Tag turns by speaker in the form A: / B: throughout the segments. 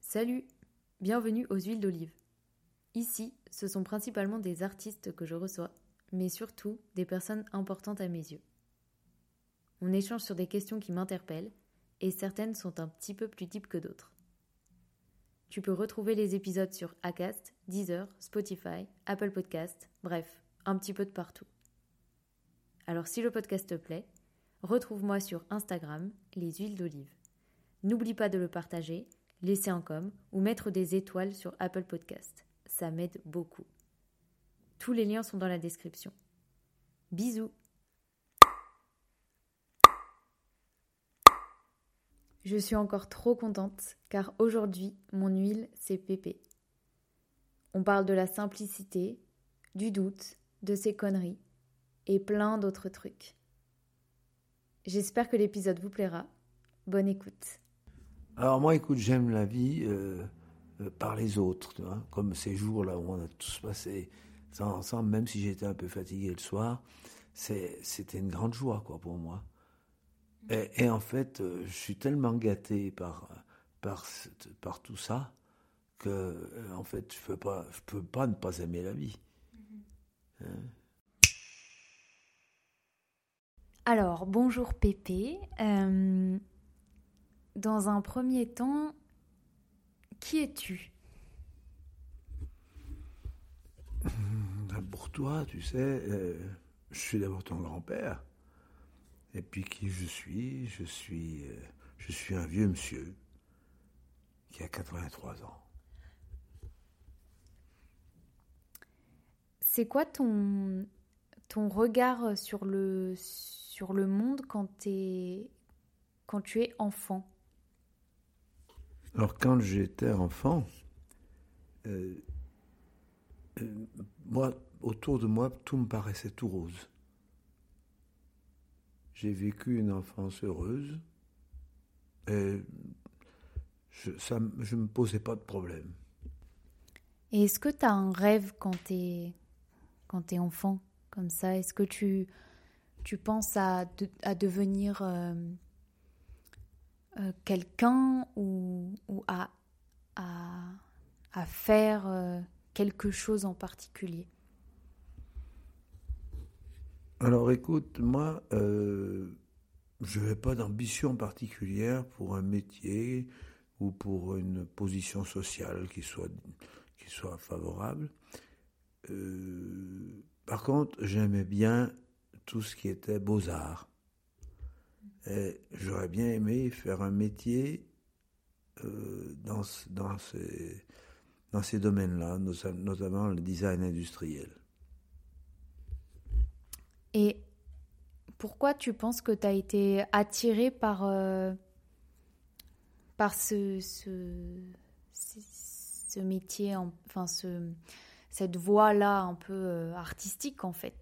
A: Salut, bienvenue aux huiles d'olive. Ici, ce sont principalement des artistes que je reçois, mais surtout des personnes importantes à mes yeux. On échange sur des questions qui m'interpellent, et certaines sont un petit peu plus deep que d'autres. Tu peux retrouver les épisodes sur Acast, Deezer, Spotify, Apple Podcast, bref, un petit peu de partout. Alors si le podcast te plaît, retrouve-moi sur Instagram, les huiles d'olive. N'oublie pas de le partager, laisser un com ou mettre des étoiles sur Apple Podcast. Ça m'aide beaucoup. Tous les liens sont dans la description. Bisous. Je suis encore trop contente car aujourd'hui, mon huile, c'est Pépé. On parle de la simplicité, du doute, de ses conneries et plein d'autres trucs. J'espère que l'épisode vous plaira. Bonne écoute.
B: Alors moi, écoute, j'aime la vie par les autres, tu vois, comme ces jours-là où on a tous passé ça ensemble, même si j'étais un peu fatigué le soir, c'était une grande joie quoi pour moi. Et en fait, je suis tellement gâté par tout ça que en fait, je peux pas ne pas aimer la vie. Hein?
A: Alors, bonjour Pépé. Dans un premier temps, qui es-tu ?
B: Pour toi, tu sais, je suis d'abord ton grand-père. Et puis qui je suis un vieux monsieur qui a 83 ans.
A: C'est quoi ton regard sur le monde quand tu es enfant ?
B: Alors quand j'étais enfant, moi, autour de moi, tout me paraissait tout rose. J'ai vécu une enfance heureuse et je me posais pas de problème.
A: Et est-ce que tu as un rêve quand t'es enfant, comme ça ? Est-ce que tu penses à devenir quelqu'un ou à faire quelque chose en particulier ?
B: Alors écoute, moi, je n'avais pas d'ambition particulière pour un métier ou pour une position sociale qui soit favorable. Par contre, j'aimais bien tout ce qui était beaux-arts. Et j'aurais bien aimé faire un métier dans ces domaines-là, notamment le design industriel.
A: Et pourquoi tu penses que tu as été attiré par ce métier, cette voie-là un peu artistique en fait ?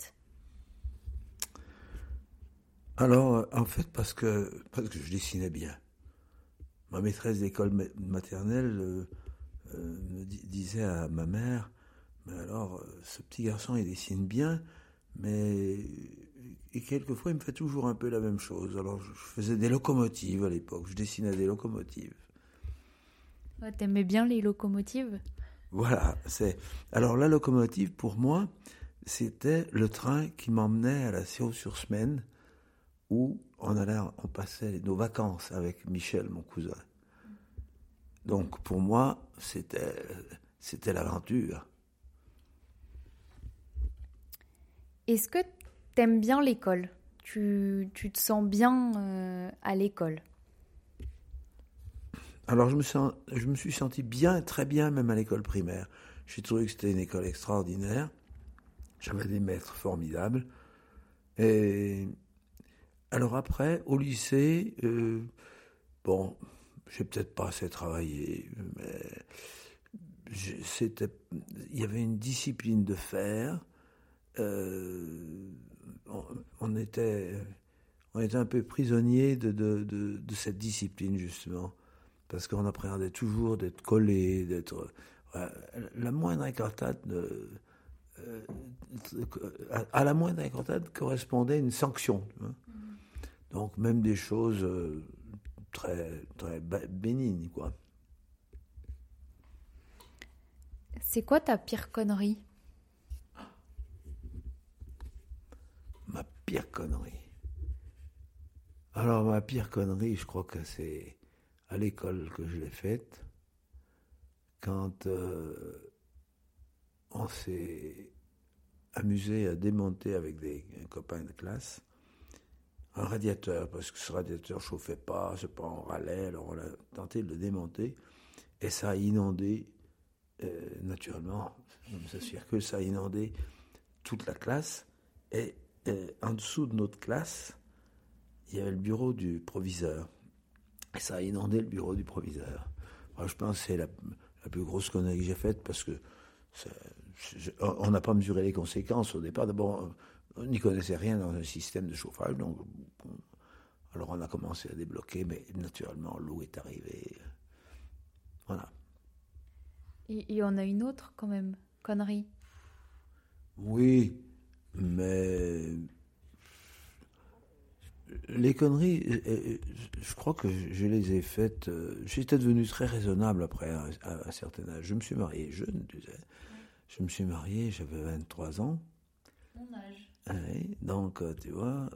B: Alors, en fait, parce que je dessinais bien. Ma maîtresse d'école maternelle me disait à ma mère, mais alors, ce petit garçon, il dessine bien, mais et quelquefois, il me fait toujours un peu la même chose. Alors, je faisais des locomotives à l'époque, je dessinais des locomotives.
A: Ouais, t'aimais bien les locomotives ?
B: Voilà, alors la locomotive, pour moi, c'était le train qui m'emmenait à la Sceaux-sur-Semaine, où on passait nos vacances avec Michel, mon cousin. Donc pour moi, c'était l'aventure.
A: Est-ce que t'aimes bien l'école ? Tu te sens bien à l'école ?
B: Alors je me suis senti bien, très bien, même à l'école primaire. J'ai trouvé que c'était une école extraordinaire. J'avais des maîtres formidables. Et alors après, au lycée, j'ai peut-être pas assez travaillé, mais il y avait une discipline de faire. On était un peu prisonniers de cette discipline, justement, parce qu'on appréhendait toujours d'être collé, d'être... la moindre incartade... à la moindre incartade correspondait une sanction. Hein. Donc même des choses très, très bénignes, quoi.
A: C'est quoi ta pire connerie?
B: Ma pire connerie. Alors, ma pire connerie, je crois que c'est à l'école que je l'ai faite, quand on s'est amusé à démonter avec des copains de classe un radiateur, parce que ce radiateur ne chauffait pas, on râlait, alors on a tenté de le démonter, et ça a inondé, naturellement, ça veut que ça a inondé toute la classe, et en dessous de notre classe, il y avait le bureau du proviseur, et ça a inondé le bureau du proviseur. Alors, je pense que c'est la plus grosse connerie que j'ai faite, parce que on n'a pas mesuré les conséquences au départ. D'abord, on n'y connaissait rien dans un système de chauffage, donc alors on a commencé à débloquer, mais naturellement l'eau est arrivée. Voilà.
A: Il y en a une autre quand même, connerie.
B: Oui, mais les conneries, je crois que je les ai faites. J'étais devenu très raisonnable après à un certain âge. Je me suis marié jeune, tu sais. Je me suis marié, j'avais 23 ans.
A: Mon âge.
B: Oui, donc, tu vois,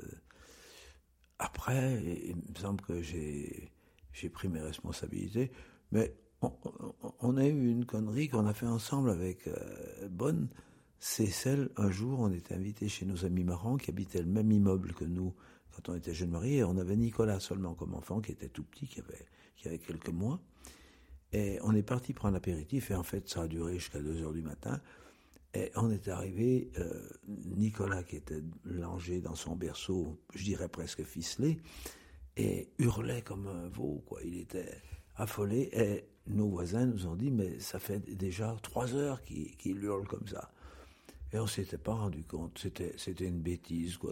B: après, il me semble que j'ai pris mes responsabilités, mais on a eu une connerie qu'on a fait ensemble avec Bonne. C'est celle, un jour, on était invité chez nos amis marrants qui habitaient le même immeuble que nous quand on était jeunes mariés. Et on avait Nicolas seulement comme enfant, qui était tout petit, qui avait quelques mois. Et on est parti prendre l'apéritif, et en fait, ça a duré jusqu'à 2h du matin. Et on est arrivé, Nicolas qui était langé dans son berceau, je dirais presque ficelé, et hurlait comme un veau, quoi. Il était affolé, et nos voisins nous ont dit, mais ça fait déjà 3 heures qu'il hurle comme ça. Et on ne s'était pas rendu compte, c'était une bêtise, quoi,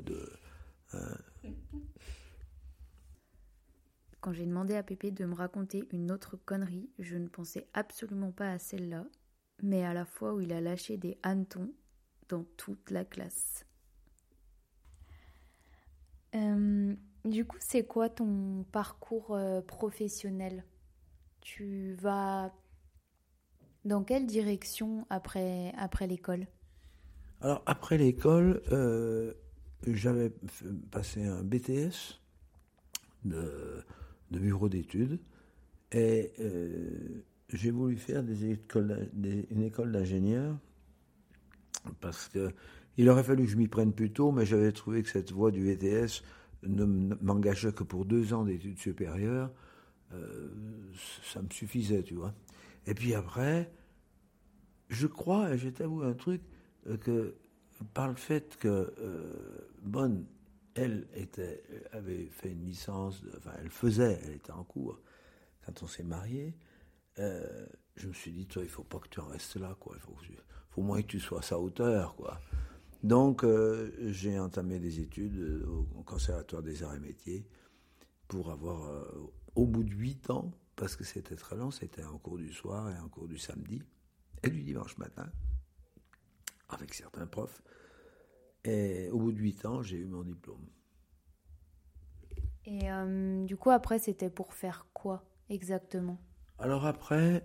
A: Quand j'ai demandé à Pépé de me raconter une autre connerie, je ne pensais absolument pas à celle-là, mais à la fois où il a lâché des hannetons dans toute la classe. Du coup, c'est quoi ton parcours professionnel? Tu vas dans quelle direction après l'école?
B: Alors, après l'école, j'avais passé un BTS de bureau d'études, et j'ai voulu faire une école d'ingénieur, parce que il aurait fallu que je m'y prenne plus tôt, mais j'avais trouvé que cette voie du BTS ne m'engageait que pour 2 ans d'études supérieures. Ça me suffisait, tu vois. Et puis après, je crois, et je t'avoue un truc, que par le fait que Bonne, elle avait fait une licence, elle était en cours quand on s'est mariés, je me suis dit, toi, il faut pas que tu en restes là, quoi. Il faut au moins que tu sois à sa hauteur, quoi. Donc, j'ai entamé des études au Conservatoire des Arts et Métiers pour avoir, au bout de 8 ans, parce que c'était très long, c'était un cours du soir et un cours du samedi et du dimanche matin, avec certains profs. Et au bout de 8 ans, j'ai eu mon diplôme.
A: Et du coup, après, c'était pour faire quoi exactement?
B: Alors après,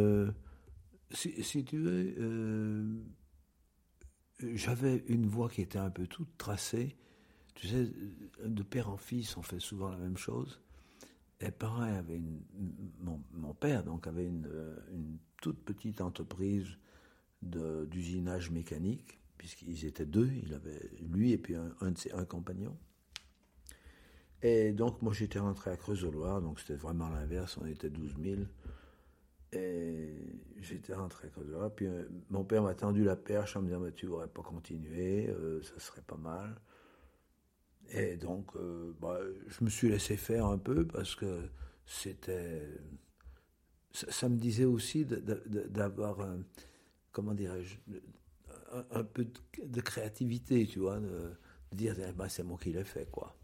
B: si tu veux, j'avais une voie qui était un peu toute tracée. Tu sais, de père en fils, on fait souvent la même chose. Et pareil, mon père donc avait une toute petite entreprise d'usinage mécanique, puisqu'ils étaient 2, il avait lui et puis un compagnon. Et donc moi j'étais rentré à Creuse-au-Loir, donc c'était vraiment l'inverse, on était 12 000. Et j'étais rentré à Creuse-au-Loir, puis mon père m'a tendu la perche en me disant bah, tu ne voudrais pas continuer, ça serait pas mal. Et donc, je me suis laissé faire un peu parce que c'était. Ça me disait aussi d'avoir, comment dirais-je, un peu de créativité, tu vois, de dire bah, c'est moi qui l'ai fait, quoi.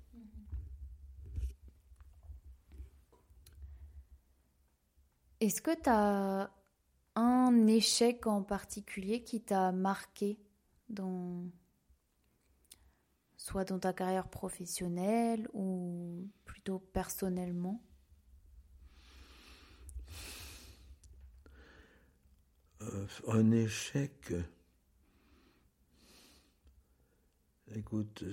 A: Est-ce que tu as un échec en particulier qui t'a marqué soit dans ta carrière professionnelle ou plutôt personnellement?
B: Un échec. Écoute,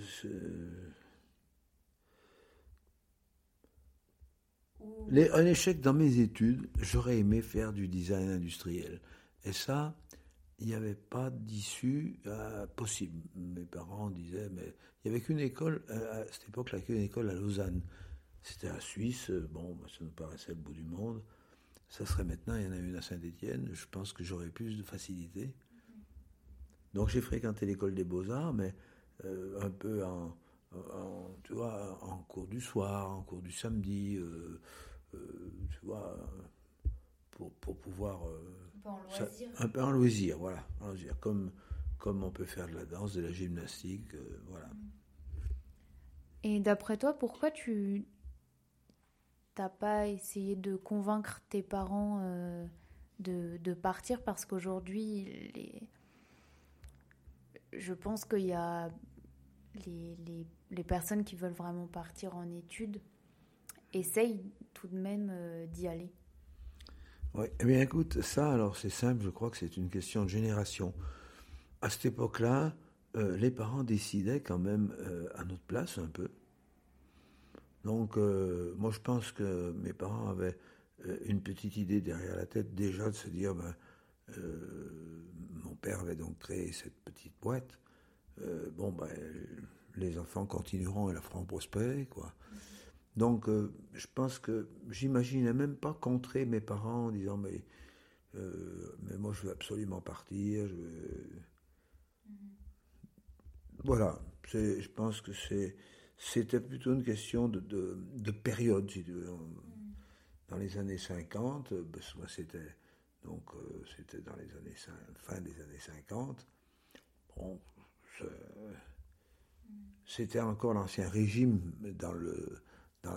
B: un échec dans mes études, j'aurais aimé faire du design industriel. Et ça, il n'y avait pas d'issue possible. Mes parents disaient, mais il n'y avait qu'une école, à cette époque-là, qu'une école à Lausanne. C'était à Suisse, bon, ça nous paraissait le bout du monde. Ça serait maintenant, il y en a une à Saint-Étienne, je pense que j'aurais plus de facilité. Donc j'ai fréquenté l'école des Beaux-Arts, mais un peu tu vois, en cours du soir, en cours du samedi, tu vois, pour pouvoir... un peu en loisir, voilà. En loisir, comme on peut faire de la danse, de la gymnastique, voilà.
A: Et d'après toi, pourquoi tu t'as pas essayé de convaincre tes parents de partir? Parce qu'aujourd'hui, je pense qu'il y a les personnes qui veulent vraiment partir en études essayent tout de même d'y aller.
B: Oui, eh bien écoute, ça alors c'est simple, je crois que c'est une question de génération. À cette époque-là, les parents décidaient quand même à notre place un peu. Donc moi je pense que mes parents avaient une petite idée derrière la tête déjà de se dire, mon père avait donc créé cette petite boîte, les enfants continueront et la feront prospérer, quoi. Donc, je pense que j'imaginais même pas contrer mes parents en disant mais moi je veux absolument partir. Voilà, je pense que c'était plutôt une question de période, si tu veux. Dans les années 50, c'était dans les années fin des années 50. Bon, c'était encore l'ancien régime dans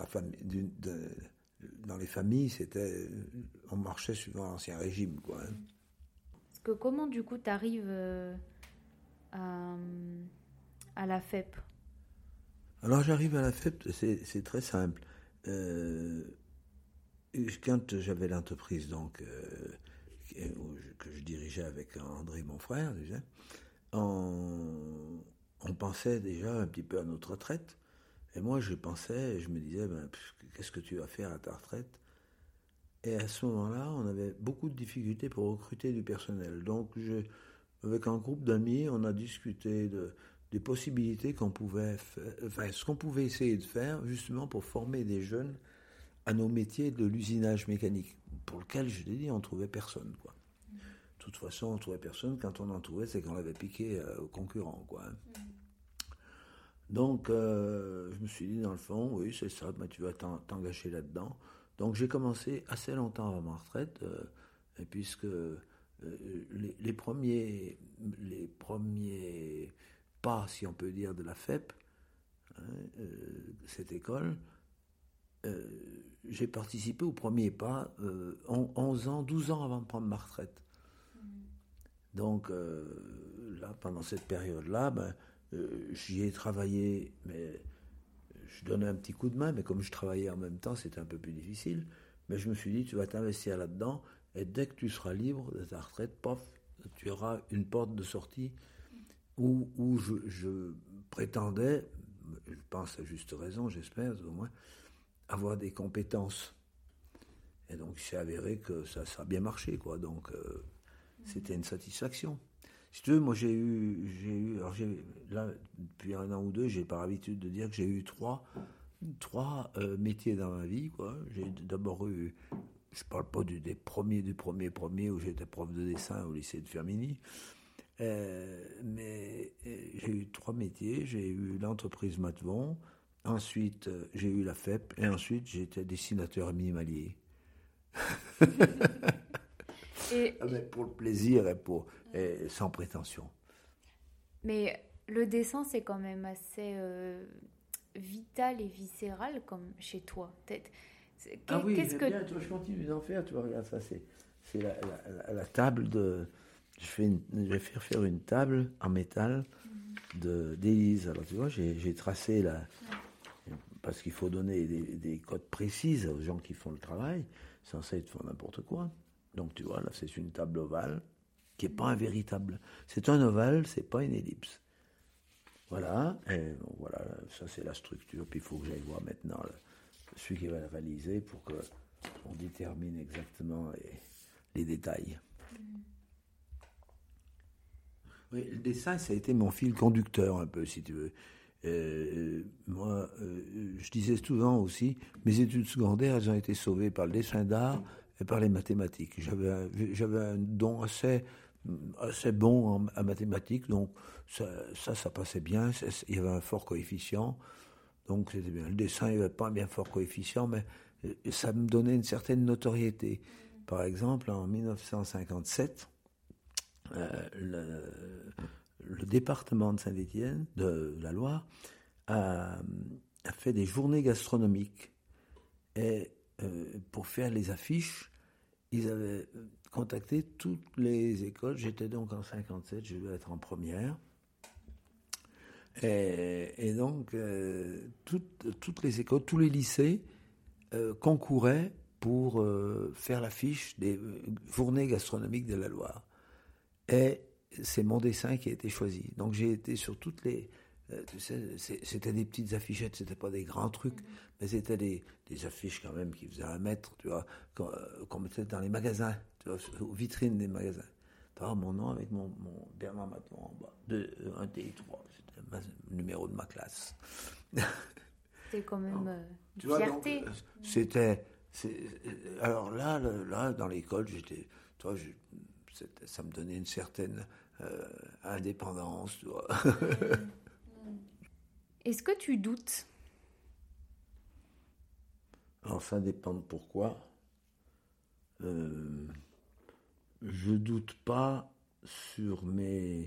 B: les familles, on marchait suivant l'ancien régime, quoi. Hein.
A: Parce que comment du coup t'arrives à la FEP?
B: Alors j'arrive à la FEP, c'est très simple. Quand j'avais l'entreprise donc que je dirigeais avec André, mon frère, déjà, on pensait déjà un petit peu à notre retraite. Et moi, je me disais, qu'est-ce que tu vas faire à ta retraite? Et à ce moment-là, on avait beaucoup de difficultés pour recruter du personnel. Donc, avec un groupe d'amis, on a discuté des possibilités qu'on pouvait faire, ce qu'on pouvait essayer de faire, justement pour former des jeunes à nos métiers de l'usinage mécanique, pour lequel, je l'ai dit, on ne trouvait personne, quoi. De toute façon, on ne trouvait personne. Quand on en trouvait, c'est qu'on l'avait piqué aux concurrents, quoi. Donc, je me suis dit, dans le fond, oui, c'est ça, tu vas t'engager là-dedans. Donc, j'ai commencé assez longtemps avant ma retraite, et puisque les premiers pas, si on peut dire, de la FEP, hein, cette école, j'ai participé aux premiers pas 11 ans, 12 ans avant de prendre ma retraite. Donc, là, pendant cette période-là, j'y ai travaillé, mais je donnais un petit coup de main, mais comme je travaillais en même temps, c'était un peu plus difficile. Mais je me suis dit, tu vas t'investir là-dedans, et dès que tu seras libre de ta retraite, pof, tu auras une porte de sortie où je prétendais, je pense à juste raison, j'espère au moins, avoir des compétences. Et donc, il s'est avéré que ça a bien marché, quoi. Donc, c'était une satisfaction. Si tu veux, moi là, depuis 1 an ou 2, j'ai par habitude de dire que j'ai eu trois métiers dans ma vie, quoi. J'ai d'abord eu, je parle pas du premier où j'étais prof de dessin au lycée de Firminy, mais j'ai eu 3 métiers. J'ai eu l'entreprise Matvon, ensuite j'ai eu la FEP, et ensuite j'étais dessinateur animalier. Mais pour le plaisir et sans prétention.
A: Mais le dessin, c'est quand même assez vital et viscéral comme chez toi.
B: Oui, qu'est-ce que... bien, je continue d'en faire. Tu vois, regarde ça, c'est la table de... Je vais faire une table en métal d'Élise. Alors tu vois, j'ai tracé parce qu'il faut donner des codes précises aux gens qui font le travail, sans ça ils font n'importe quoi. Donc tu vois, là c'est une table ovale, qui n'est pas un véritable. C'est un ovale, c'est pas une ellipse. Voilà, et bon, voilà, ça c'est la structure. Puis il faut que j'aille voir maintenant celui qui va la réaliser pour qu'on détermine exactement les détails. Oui, le dessin, ça a été mon fil conducteur un peu, si tu veux. Moi, je disais souvent aussi, mes études secondaires, elles ont été sauvées par le dessin d'art et par les mathématiques. J'avais un don assez bon en mathématiques, donc ça passait bien. Il y avait un fort coefficient, donc c'était bien. Le dessin, il n'y avait pas un bien fort coefficient, mais ça me donnait une certaine notoriété. Par exemple, en 1957, le département de Saint-Étienne, de la Loire, a fait des journées gastronomiques. Et pour faire les affiches, ils avaient contacté toutes les écoles. J'étais donc en 57, je devais être en première. Et donc, toutes les écoles, tous les lycées concouraient pour faire l'affiche des journées gastronomiques de la Loire. Et c'est mon dessin qui a été choisi. Donc j'ai été sur toutes les... tu sais, c'était des petites affichettes, c'était pas des grands trucs, mais c'était des affiches quand même qui faisaient 1 mètre, tu vois, qu'on mettait dans les magasins, tu vois, aux vitrines des magasins. Tu vois, mon nom avec mon Bernard Maton en bas, 1 TI3, c'était le numéro de ma classe.
A: C'était quand même
B: tu
A: une
B: vois,
A: fierté.
B: Donc, alors là, dans l'école, j'étais... Tu vois, ça me donnait une certaine indépendance, tu vois.
A: Est-ce que tu doutes?
B: Alors ça dépend de pourquoi. Je doute pas sur mes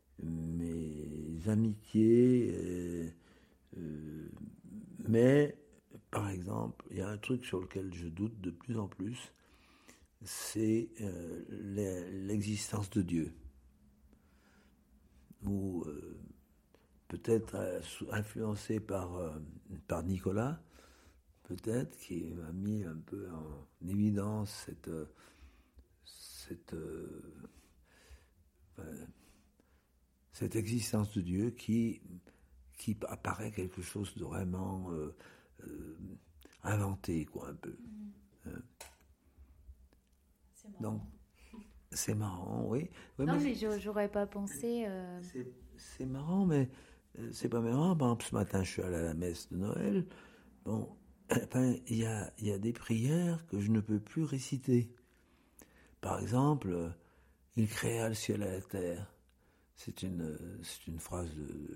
B: amitiés, mais par exemple, il y a un truc sur lequel je doute de plus en plus, c'est l'existence de Dieu. Ou peut-être influencé par Nicolas, peut-être, qui m'a mis un peu en évidence cette existence de Dieu qui apparaît quelque chose de vraiment inventé, quoi, un peu. Donc, c'est marrant, oui.
A: Non, mais j'aurais pas pensé...
B: C'est marrant, mais c'est pas marrant. Par exemple, ce matin, je suis allé à la messe de Noël. Bon, il y a des prières que je ne peux plus réciter. Par exemple, il créa le ciel et la terre. C'est une phrase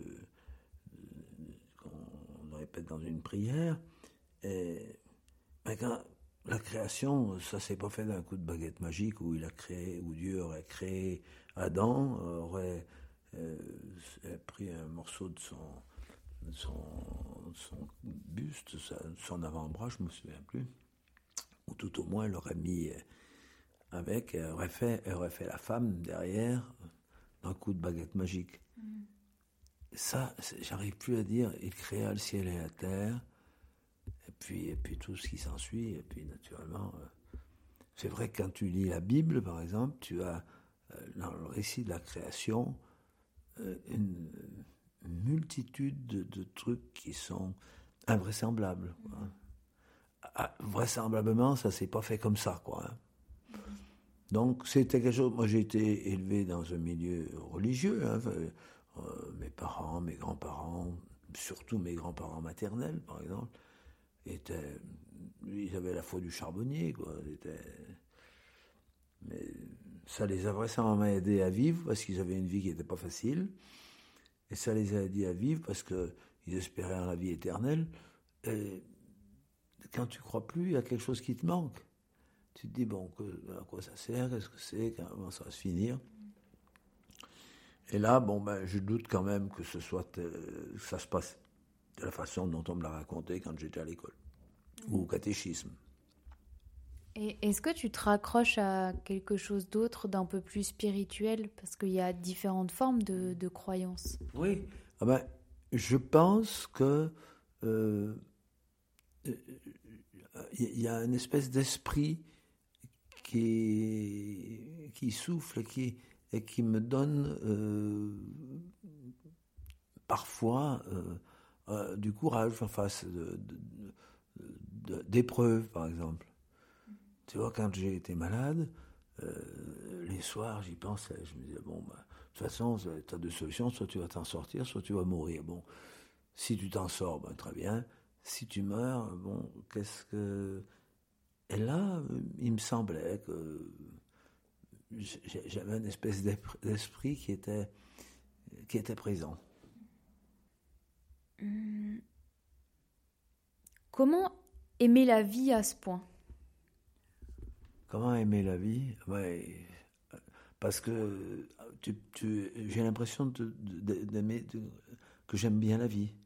B: qu'on répète dans une prière. Et quand la création, ça s'est pas fait d'un coup de baguette magique où Dieu aurait créé Adam, aurait pris un morceau de son buste, son avant-bras, je me souviens plus, ou tout au moins l'aurait mis avec, aurait fait la femme derrière d'un coup de baguette magique. Ça, j'arrive plus à dire. Il créa le ciel et la terre, et puis tout ce qui s'ensuit, et puis naturellement, c'est vrai que quand tu lis la Bible, par exemple, tu as dans le récit de la création une multitude de trucs qui sont invraisemblables. Quoi. Vraisemblablement, ça s'est pas fait comme ça, quoi. Hein. Donc, c'était quelque chose... Moi, j'ai été élevé dans un milieu religieux. Hein, mes parents, mes grands-parents, surtout mes grands-parents maternels, par exemple, ils avaient la foi du charbonnier, quoi. Mais ça les a vraisemblablement aidés à vivre, parce qu'ils avaient une vie qui n'était pas facile. Et ça les a aidés à vivre parce qu'ils espéraient en la vie éternelle. Et quand tu ne crois plus, il y a quelque chose qui te manque. Tu te dis, bon, à quoi ça sert? Qu'est-ce que c'est? Comment ça va se finir? Et là, je doute quand même que ça se passe de la façon dont on me l'a raconté quand j'étais à l'école, ou au catéchisme.
A: Et est-ce que tu te raccroches à quelque chose d'autre, d'un peu plus spirituel? Parce qu'il y a différentes formes de croyances.
B: Oui, je pense que y a une espèce d'esprit qui souffle, qui et qui me donne parfois du courage en face d'épreuves, par exemple. Tu vois, quand j'ai été malade, les soirs, j'y pensais. Je me disais, bon, de toute façon, tu as deux solutions, soit tu vas t'en sortir, soit tu vas mourir. Bon, si tu t'en sors, très bien. Si tu meurs, bon, qu'est-ce que... Et là, il me semblait que j'avais une espèce d'esprit qui était présent.
A: Comment aimer la vie à ce point?
B: Comment aimer la vie? Ouais, parce que j'ai l'impression d'aimer, que j'aime bien la vie.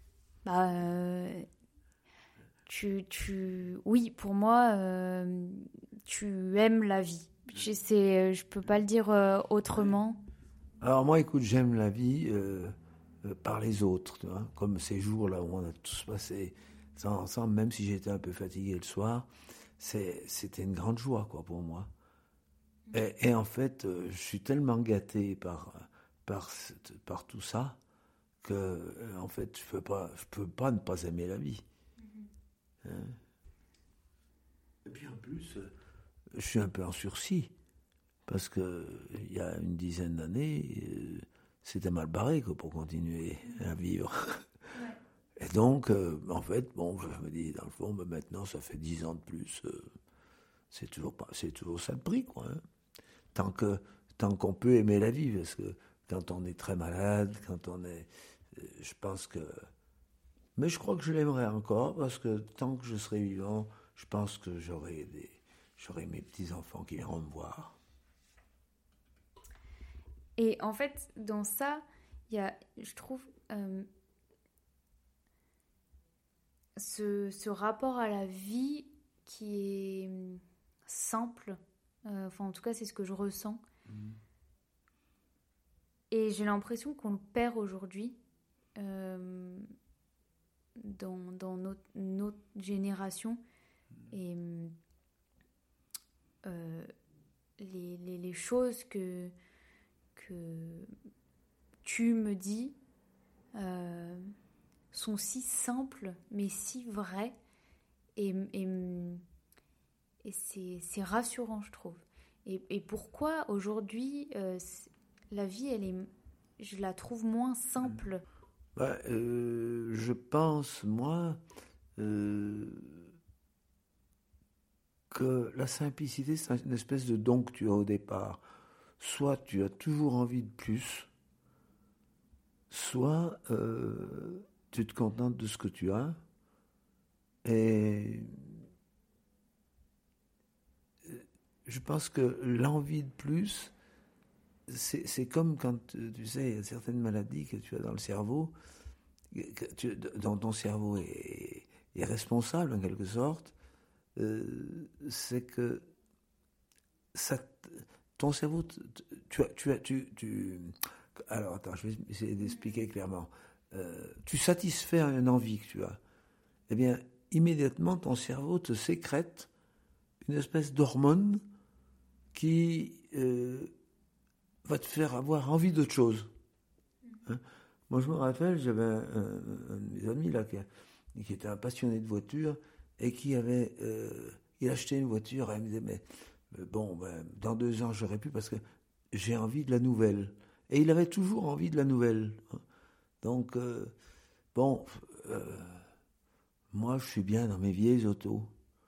A: Oui, pour moi, tu aimes la vie. Je peux pas le dire autrement.
B: Alors moi, écoute, j'aime la vie par les autres, tu vois, comme ces jours-là où on a tous passé ensemble, même si j'étais un peu fatigué le soir, c'était une grande joie, quoi, pour moi. Et en fait, je suis tellement gâté par tout ça que, en fait, je peux pas ne pas aimer la vie. Hein. Et puis en plus, je suis un peu en sursis parce que il y a une dizaine d'années, c'était mal barré pour continuer à vivre. Ouais. Et donc, en fait, bon, je me dis, dans le fond, maintenant, ça fait 10 ans de plus, c'est toujours ça le prix, quoi. Hein. Tant qu'on peut aimer la vie, parce que quand on est très malade, quand on est, je pense que, mais je crois que je l'aimerais encore, parce que tant que je serai vivant, je pense que j'aurai mes petits enfants qui iront me voir.
A: Et en fait, dans ça, il y a, je trouve, ce rapport à la vie qui est simple. Enfin, en tout cas, c'est ce que je ressens. Et j'ai l'impression qu'on le perd aujourd'hui dans notre génération. Et les choses que tu me dis sont si simples, mais si vraies. Et c'est rassurant, je trouve. Et pourquoi aujourd'hui, la vie, je la trouve moins simple?
B: Je pense, moi, que la simplicité, c'est une espèce de don que tu as au départ. Soit tu as toujours envie de plus, soit tu te contentes de ce que tu as. Et je pense que l'envie de plus, c'est comme quand, tu sais, il y a certaines maladies que tu as dans le cerveau, dont ton cerveau est responsable en quelque sorte, c'est que ton cerveau, alors attends, je vais essayer d'expliquer clairement. Tu satisfais une envie que tu as. Eh bien, immédiatement, ton cerveau te sécrète une espèce d'hormone qui va te faire avoir envie d'autre chose. Hein? Moi, je me rappelle, j'avais un de mes amis là qui était un passionné de voitures et qui avait il achetait une voiture et il me disait mais bon, dans 2 ans j'aurais pu parce que j'ai envie de la nouvelle. Et il avait toujours envie de la nouvelle. Donc moi je suis bien dans mes vieilles autos.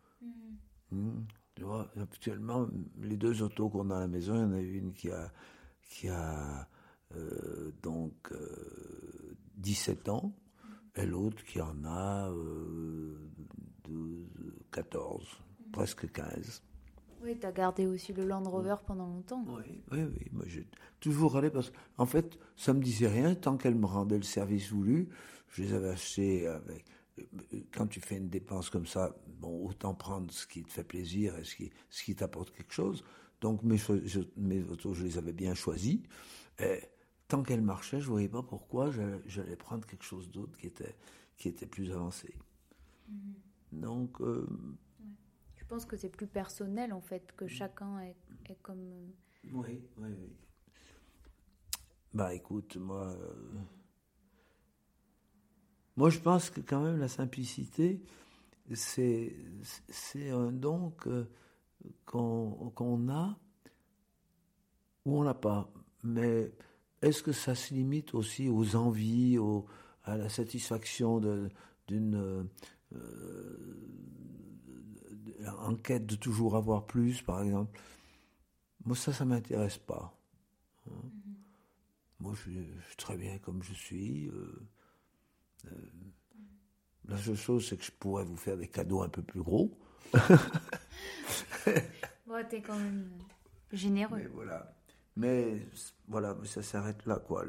B: Tu vois, actuellement les 2 autos qu'on a à la maison, il y en a une qui a 17 ans et l'autre qui en a 14, presque 15.
A: Oui, tu as gardé aussi le Land Rover pendant longtemps.
B: Oui. Moi, j'ai toujours allé parce qu'en fait, ça me disait rien tant qu'elle me rendait le service voulu. Je les avais achetés avec. Quand tu fais une dépense comme ça, bon, autant prendre ce qui te fait plaisir et ce qui t'apporte quelque chose. Donc mes autos, je les avais bien choisies. Et tant qu'elles marchaient, je ne voyais pas pourquoi j'allais prendre quelque chose d'autre qui était plus avancé. Donc.
A: Je pense que c'est plus personnel en fait, que chacun est comme.
B: Oui. Bah écoute, moi je pense que quand même la simplicité, c'est un don qu'on a ou on n'a pas. Mais est-ce que ça se limite aussi aux envies, à la satisfaction d'une en quête de toujours avoir plus, par exemple? Moi, ça m'intéresse pas. Hein. Moi, je suis très bien comme je suis. La seule chose, c'est que je pourrais vous faire des cadeaux un peu plus gros.
A: Bon, t'es quand même généreux.
B: Mais voilà, ça s'arrête là, quoi.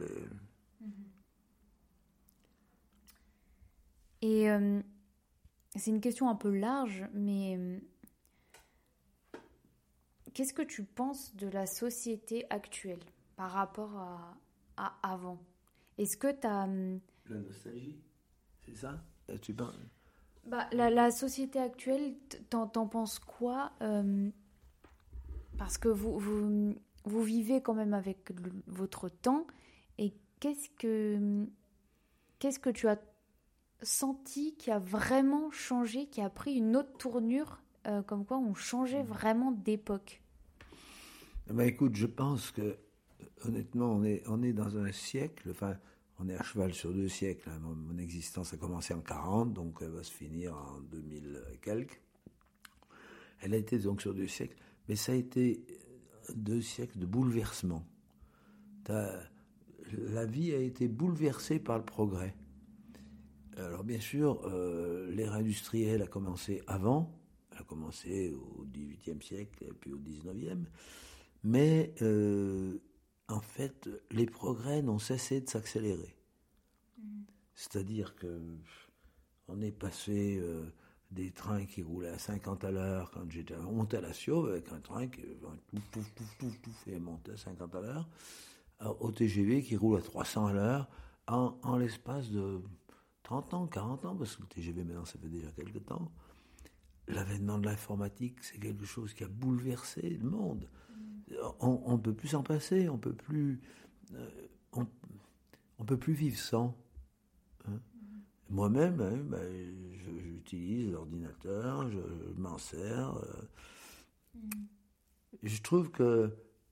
A: Et c'est une question un peu large, mais qu'est-ce que tu penses de la société actuelle par rapport à avant? Est-ce que tu as...
B: La nostalgie, c'est ça? Tu parles?
A: Bah, la société actuelle, t'en penses quoi? Parce que vous vivez quand même avec votre temps. Et qu'est-ce que tu as senti qui a vraiment changé, qui a pris une autre tournure, comme quoi on changeait vraiment d'époque?
B: Bah, écoute, je pense que, honnêtement, on est dans un siècle, enfin, on est à cheval sur 2 siècles. Hein. Mon existence a commencé en 40, donc elle va se finir en 2000 et quelques. Elle a été donc sur 2 siècles, mais ça a été 2 siècles de bouleversement. La vie a été bouleversée par le progrès. Alors bien sûr, l'ère industrielle a commencé avant, elle a commencé au XVIIIe siècle et puis au XIXe, mais en fait, les progrès n'ont cessé de s'accélérer. C'est-à-dire que on est passé des trains qui roulaient à 50 à l'heure quand j'étais monté à la Siauve avec un train qui pouf, et montait à 50 à l'heure, au TGV qui roule à 300 à l'heure en l'espace de 30 ans, 40 ans, parce que le TGV maintenant ça fait déjà quelques temps. L'avènement de l'informatique, c'est quelque chose qui a bouleversé le monde. On ne peut plus s'en passer, on peut plus vivre sans. Hein. Moi-même, hein, j'utilise l'ordinateur, je m'en sers. Je trouve que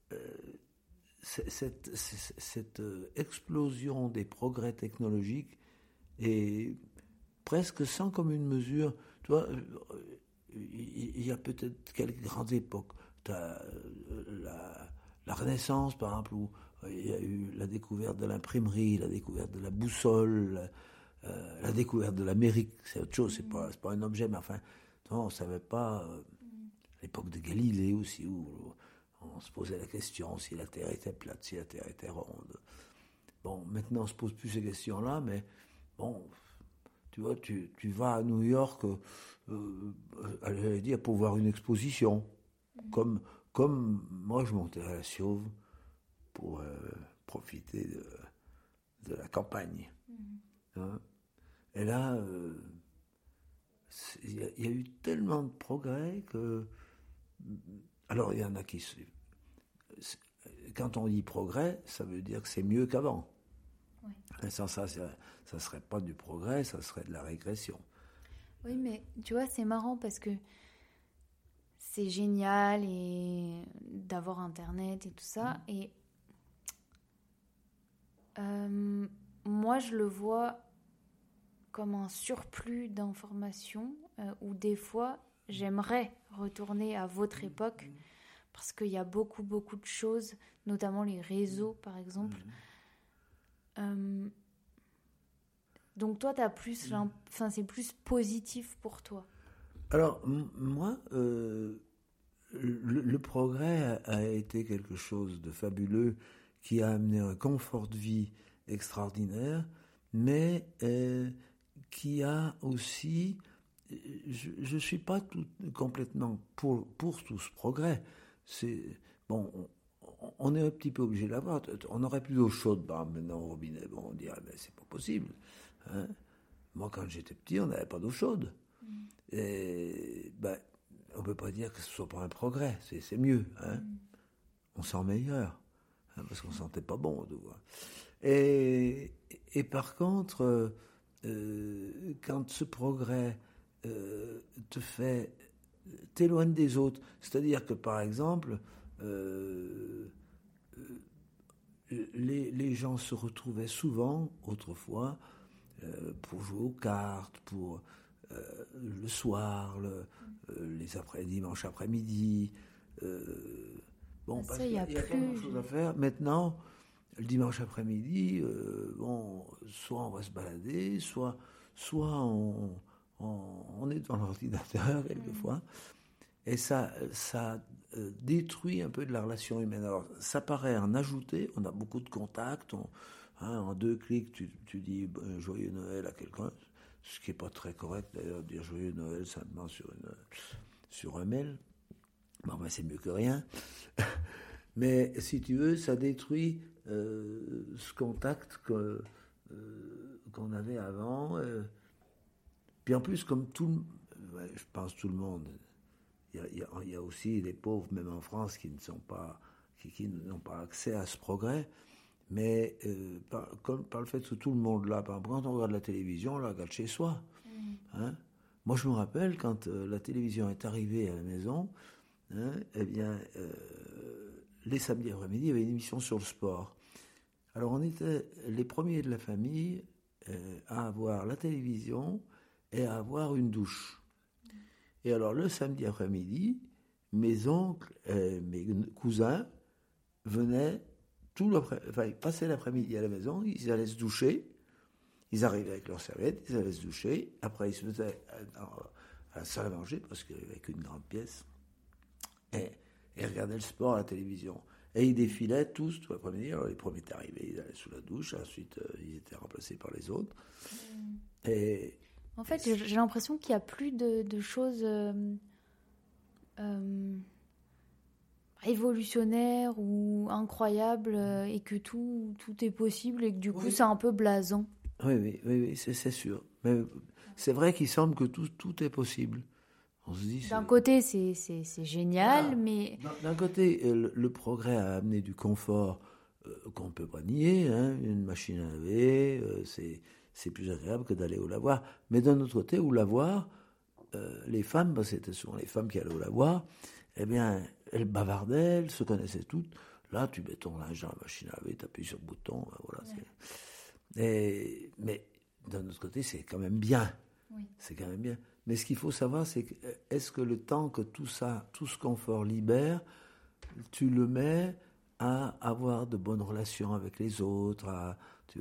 B: cette explosion des progrès technologiques est presque sans commune mesure. Tu vois, il y a peut-être quelques grandes époques. Tu as la Renaissance, par exemple, où il y a eu la découverte de l'imprimerie, la découverte de la boussole, la découverte de l'Amérique. C'est autre chose, c'est pas un objet, mais enfin, on ne savait pas. L'époque de Galilée aussi, où on se posait la question si la Terre était plate, si la Terre était ronde. Bon, maintenant, on ne se pose plus ces questions-là, mais bon, tu vois, tu vas à New York, j'allais dire, pour voir une exposition. Comme moi, je montais à la Siauve pour profiter de la campagne. Hein. Et là, il y a eu tellement de progrès que... Alors, il y en a qui... Quand on dit progrès, ça veut dire que c'est mieux qu'avant. Oui. Et sans ça ne serait pas du progrès, ça serait de la régression.
A: Oui, mais tu vois, c'est marrant parce que c'est génial et d'avoir Internet et tout ça. Et moi, je le vois comme un surplus d'informations où des fois, j'aimerais retourner à votre époque parce qu'il y a beaucoup, beaucoup de choses, notamment les réseaux, par exemple. Donc toi, t'as plus, c'est plus positif pour toi.
B: Alors, moi, le progrès a été quelque chose de fabuleux qui a amené un confort de vie extraordinaire, mais qui a aussi... Je ne suis pas complètement pour tout ce progrès. On est un petit peu obligé d'avoir. On n'aurait plus d'eau chaude maintenant au robinet. Bon, on dirait, mais c'est pas possible. Hein. Moi, quand j'étais petit, on n'avait pas d'eau chaude. Et on ne peut pas dire que ce ne soit pas un progrès. C'est mieux. Hein. On sent meilleur. parce qu'on sentait pas bon. Et par contre, quand ce progrès t'éloigne des autres, c'est-à-dire que par exemple, les gens se retrouvaient souvent, autrefois, pour jouer aux cartes, pour le soir, les dimanches après-midi. Parce qu'il y a pas grand-chose à faire. Maintenant, le dimanche après-midi, soit on va se balader, soit on est devant l'ordinateur quelquefois. Et ça détruit un peu de la relation humaine. Alors, ça paraît en ajouter, on a beaucoup de contacts, en 2 clics, tu dis joyeux Noël à quelqu'un, ce qui n'est pas très correct d'ailleurs, dire joyeux Noël simplement sur un mail. C'est mieux que rien. Mais si tu veux, ça détruit ce contact qu'on avait avant. Puis en plus, comme je pense tout le monde, il y a aussi les pauvres, même en France, qui n'ont pas accès à ce progrès. Mais par le fait que tout le monde là, par exemple, quand on regarde la télévision, on la regarde chez soi. Hein? Moi, je me rappelle quand la télévision est arrivée à la maison, les samedis après-midi, il y avait une émission sur le sport. Alors, on était les premiers de la famille à avoir la télévision et à avoir une douche. Et alors, le samedi après-midi, mes oncles et mes cousins venaient ils passaient l'après-midi à la maison, ils allaient se doucher, ils arrivaient avec leurs serviettes, ils allaient se doucher, après ils se mettaient à la salle à manger, parce qu'il n'y avait qu'une grande pièce, et regardaient le sport à la télévision. Et ils défilaient tous tout l'après-midi. Alors les premiers étaient arrivés, ils allaient sous la douche, ensuite ils étaient remplacés par les autres. Et
A: en fait, j'ai l'impression qu'il n'y a plus de choses révolutionnaires ou incroyables et que tout est possible et que du coup c'est un peu blasant.
B: Oui, c'est sûr. Mais c'est vrai qu'il semble que tout est possible. On se dit,
A: d'un côté, c'est génial, mais...
B: D'un côté, le progrès a amené du confort qu'on ne peut pas nier. Une machine à laver, c'est plus agréable que d'aller au lavoir. Mais d'un autre côté, au lavoir, les femmes, c'était souvent les femmes qui allaient au lavoir, eh bien, elles bavardaient, elles se connaissaient toutes. Là, tu mets ton linge dans la machine à laver, tu appuies sur le bouton, voilà. Ouais. Mais d'un autre côté, c'est quand même bien. Oui. C'est quand même bien. Mais ce qu'il faut savoir, c'est que, est-ce que le temps que tout ce confort libère, tu le mets à avoir de bonnes relations avec les autres, à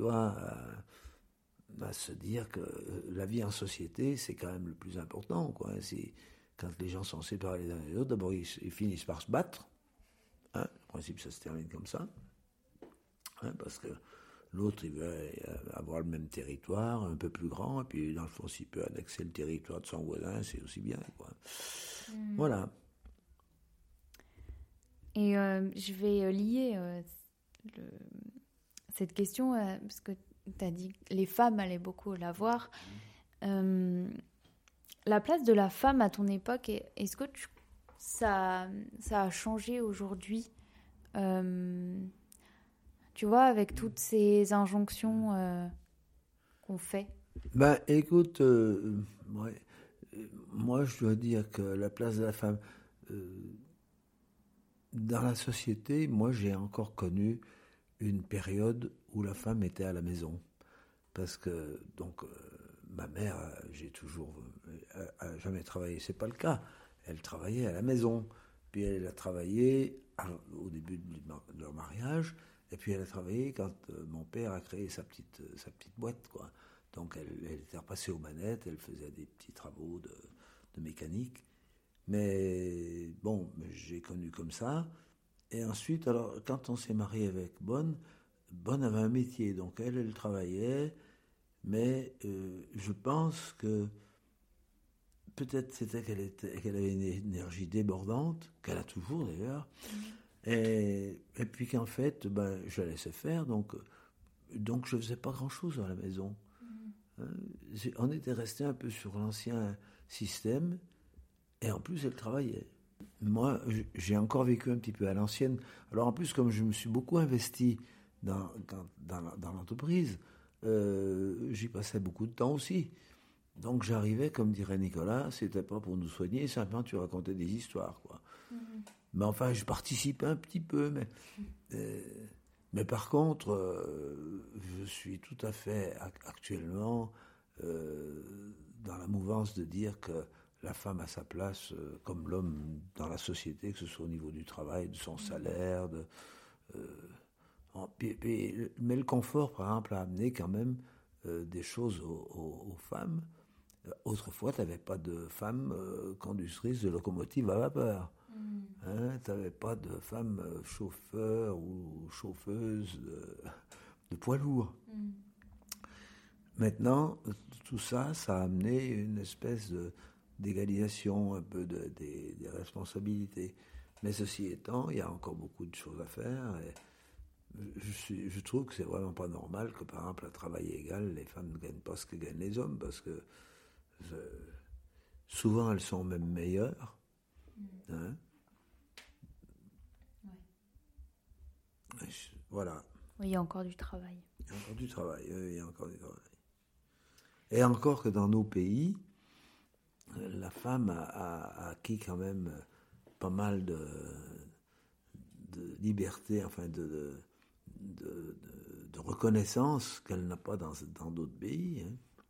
B: se dire que la vie en société, c'est quand même le plus important, quoi. Quand les gens sont séparés les uns des autres, d'abord ils finissent par se battre. Le principe, ça se termine comme ça. Parce que l'autre, il veut avoir le même territoire, un peu plus grand, et puis dans le fond, s'il peut annexer le territoire de son voisin, c'est aussi bien, quoi. Voilà.
A: Et je vais lier cette question, parce que tu as dit que les femmes allaient beaucoup au lavoir. La place de la femme à ton époque, est-ce que ça a changé aujourd'hui tu vois, avec toutes ces injonctions qu'on fait?
B: Écoute, moi je dois dire que la place de la femme dans la société, moi j'ai encore connu une période où la femme était à la maison. Parce que, donc, ma mère, a jamais travaillé, c'est pas le cas. Elle travaillait à la maison. Puis elle a travaillé au début de leur mariage. Et puis elle a travaillé quand mon père a créé sa petite boîte, quoi. Donc elle était repassée aux manettes, elle faisait des petits travaux de mécanique. Mais bon, j'ai connu comme ça. Et ensuite, alors, quand on s'est marié avec Bonne avait un métier, donc elle travaillait, mais je pense que peut-être c'était qu'elle avait une énergie débordante, qu'elle a toujours d'ailleurs. Et puis qu'en fait, je la laissais faire, donc je faisais pas grand-chose à la maison. On était resté un peu sur l'ancien système, et en plus elle travaillait. moi, j'ai encore vécu un petit peu à l'ancienne. Alors en plus, comme je me suis beaucoup investi dans l'entreprise, j'y passais beaucoup de temps aussi. Donc j'arrivais, comme dirait Nicolas, c'était pas pour nous soigner, simplement tu racontais des histoires, quoi. Mais enfin, je participais un petit peu, mais par contre, je suis tout à fait actuellement dans la mouvance de dire que la femme a sa place comme l'homme dans la société, que ce soit au niveau du travail, de son salaire, mais le confort, par exemple, a amené quand même des choses aux femmes. Autrefois, tu n'avais pas de femmes conductrices de locomotives à vapeur. Hein, tu n'avais pas de femmes chauffeurs ou chauffeuses de poids lourds. Maintenant, tout ça, ça a amené une espèce d'égalisation un peu des responsabilités. Mais ceci étant, il y a encore beaucoup de choses à faire. Et je trouve que c'est vraiment pas normal que, par exemple, à travail égal, les femmes ne gagnent pas ce que gagnent les hommes, parce que souvent elles sont même meilleures. Hein. Voilà.
A: Oui, il y a encore du travail.
B: Il y a encore du travail, il y a encore du travail. Et encore que dans nos pays, la femme a acquis quand même pas mal de liberté, enfin de reconnaissance qu'elle n'a pas dans d'autres pays.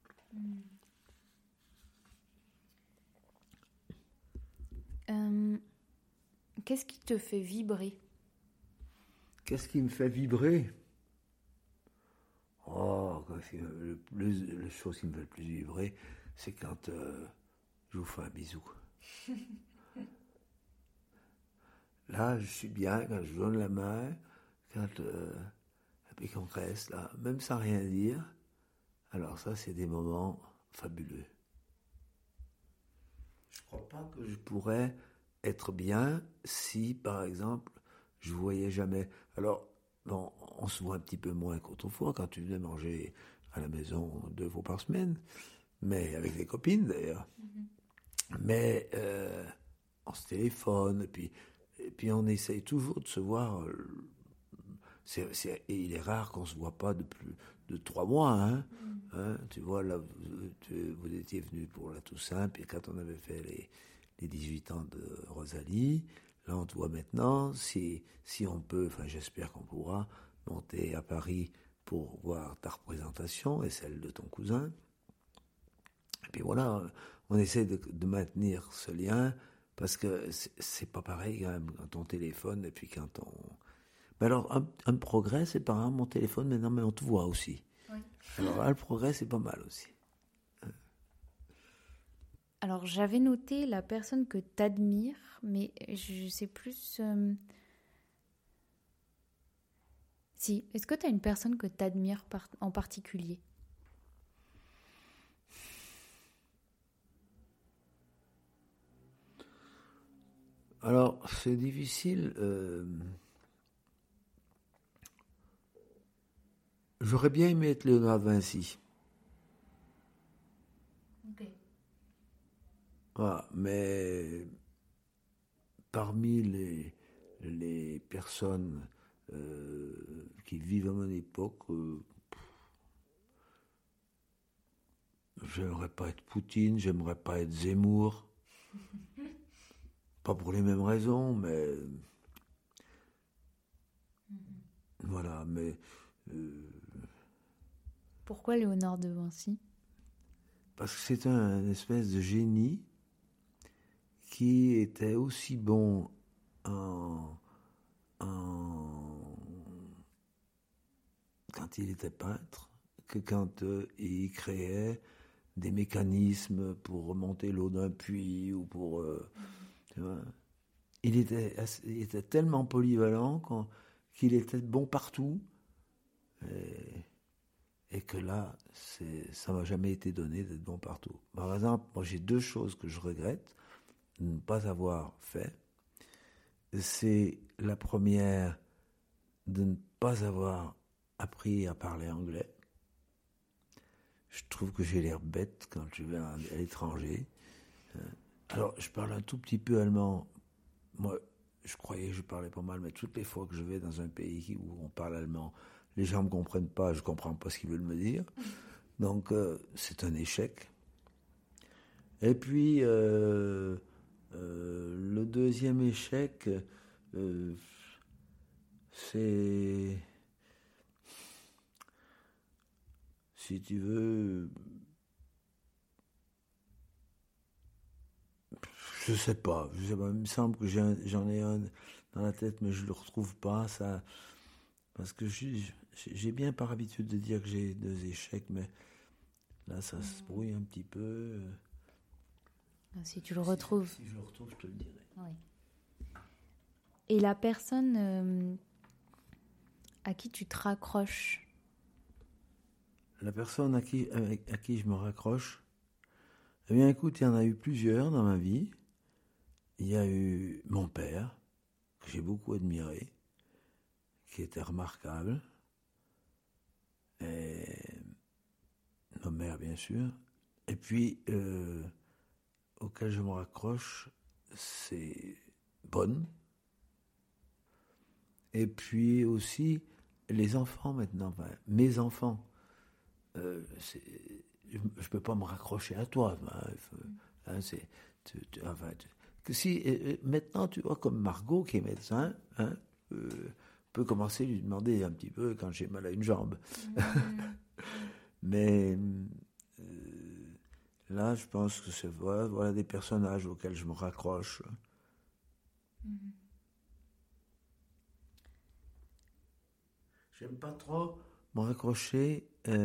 A: Qu'est-ce qui te fait vibrer?
B: Qu'est-ce qui me fait vibrer? Oh, la chose qui me fait le plus vibrer, c'est quand je vous fais un bisou. Là, je suis bien quand je donne la main, et puis qu'on reste là, même sans rien dire. Alors ça, c'est des moments fabuleux. Je ne crois pas que je pourrais être bien si, par exemple, je ne vous voyais jamais. Alors, bon, on se voit un petit peu moins qu'autrefois, quand tu venais manger à la maison 2 fois par semaine, mais avec des copines d'ailleurs. Mais on se téléphone, et puis on essaye toujours de se voir. Et il est rare qu'on ne se voit pas de plus de 3 mois. Hein. Tu vois, là, vous étiez venu pour la Toussaint, puis quand on avait fait les 18 ans de Rosalie, là on te voit maintenant. Si on peut, enfin j'espère qu'on pourra monter à Paris pour voir ta représentation et celle de ton cousin. Et puis voilà, on essaie de maintenir ce lien, parce que c'est pas pareil quand même quand on téléphone et puis quand on... Mais alors, un progrès, c'est par exemple mon téléphone maintenant, mais on te voit aussi. Oui. Alors là, le progrès, c'est pas mal aussi.
A: Alors, j'avais noté la personne que t'admires, mais je sais plus... Si, est-ce que tu as une personne que t'admires en particulier?
B: Alors, c'est difficile. J'aurais bien aimé être Léonard de Vinci.
A: Ok.
B: Voilà, mais parmi les personnes qui vivent à mon époque, j'aimerais pas être Poutine, j'aimerais pas être Zemmour. Pas pour les mêmes raisons, mais... Voilà, mais...
A: Pourquoi Léonard de Vinci?
B: Parce que c'est un espèce de génie qui était aussi bon quand il était peintre que quand il créait des mécanismes pour remonter l'eau d'un puits ou pour... tu vois, il était tellement polyvalent qu'il était bon partout. Et que là, ça m'a jamais été donné d'être bon partout. Par exemple, moi j'ai 2 choses que je regrette de ne pas avoir fait. C'est la première, de ne pas avoir appris à parler anglais. Je trouve que j'ai l'air bête quand je vais à l'étranger. Alors, je parle un tout petit peu allemand moi, je croyais que je parlais pas mal, mais toutes les fois que je vais dans un pays où on parle allemand, les gens ne me comprennent pas, je ne comprends pas ce qu'ils veulent me dire. Donc, c'est un échec. Et puis, le deuxième échec, c'est, si tu veux, je sais pas. Il me semble que j'en ai un dans la tête, mais je le retrouve pas. Ça, parce que j'ai bien par habitude de dire que j'ai 2 échecs, mais là, ça se brouille un petit peu.
A: Si tu le retrouves.
B: Si je le retrouve, je te le dirai.
A: Oui. Et la personne à qui tu te raccroches?
B: La personne à qui je me raccroche, eh bien, écoute, il y en a eu plusieurs dans ma vie. Il y a eu mon père, que j'ai beaucoup admiré, qui était remarquable. Et ma mère, bien sûr. Et puis, auquel je me raccroche, c'est Bonne. Et puis aussi, les enfants maintenant, enfin, mes enfants. Je ne peux pas me raccrocher à toi. Que si, maintenant, tu vois, comme Margot, qui est médecin, peut commencer à lui demander un petit peu quand j'ai mal à une jambe. Mais là, je pense que c'est voilà des personnages auxquels je me raccroche. J'aime pas trop me raccrocher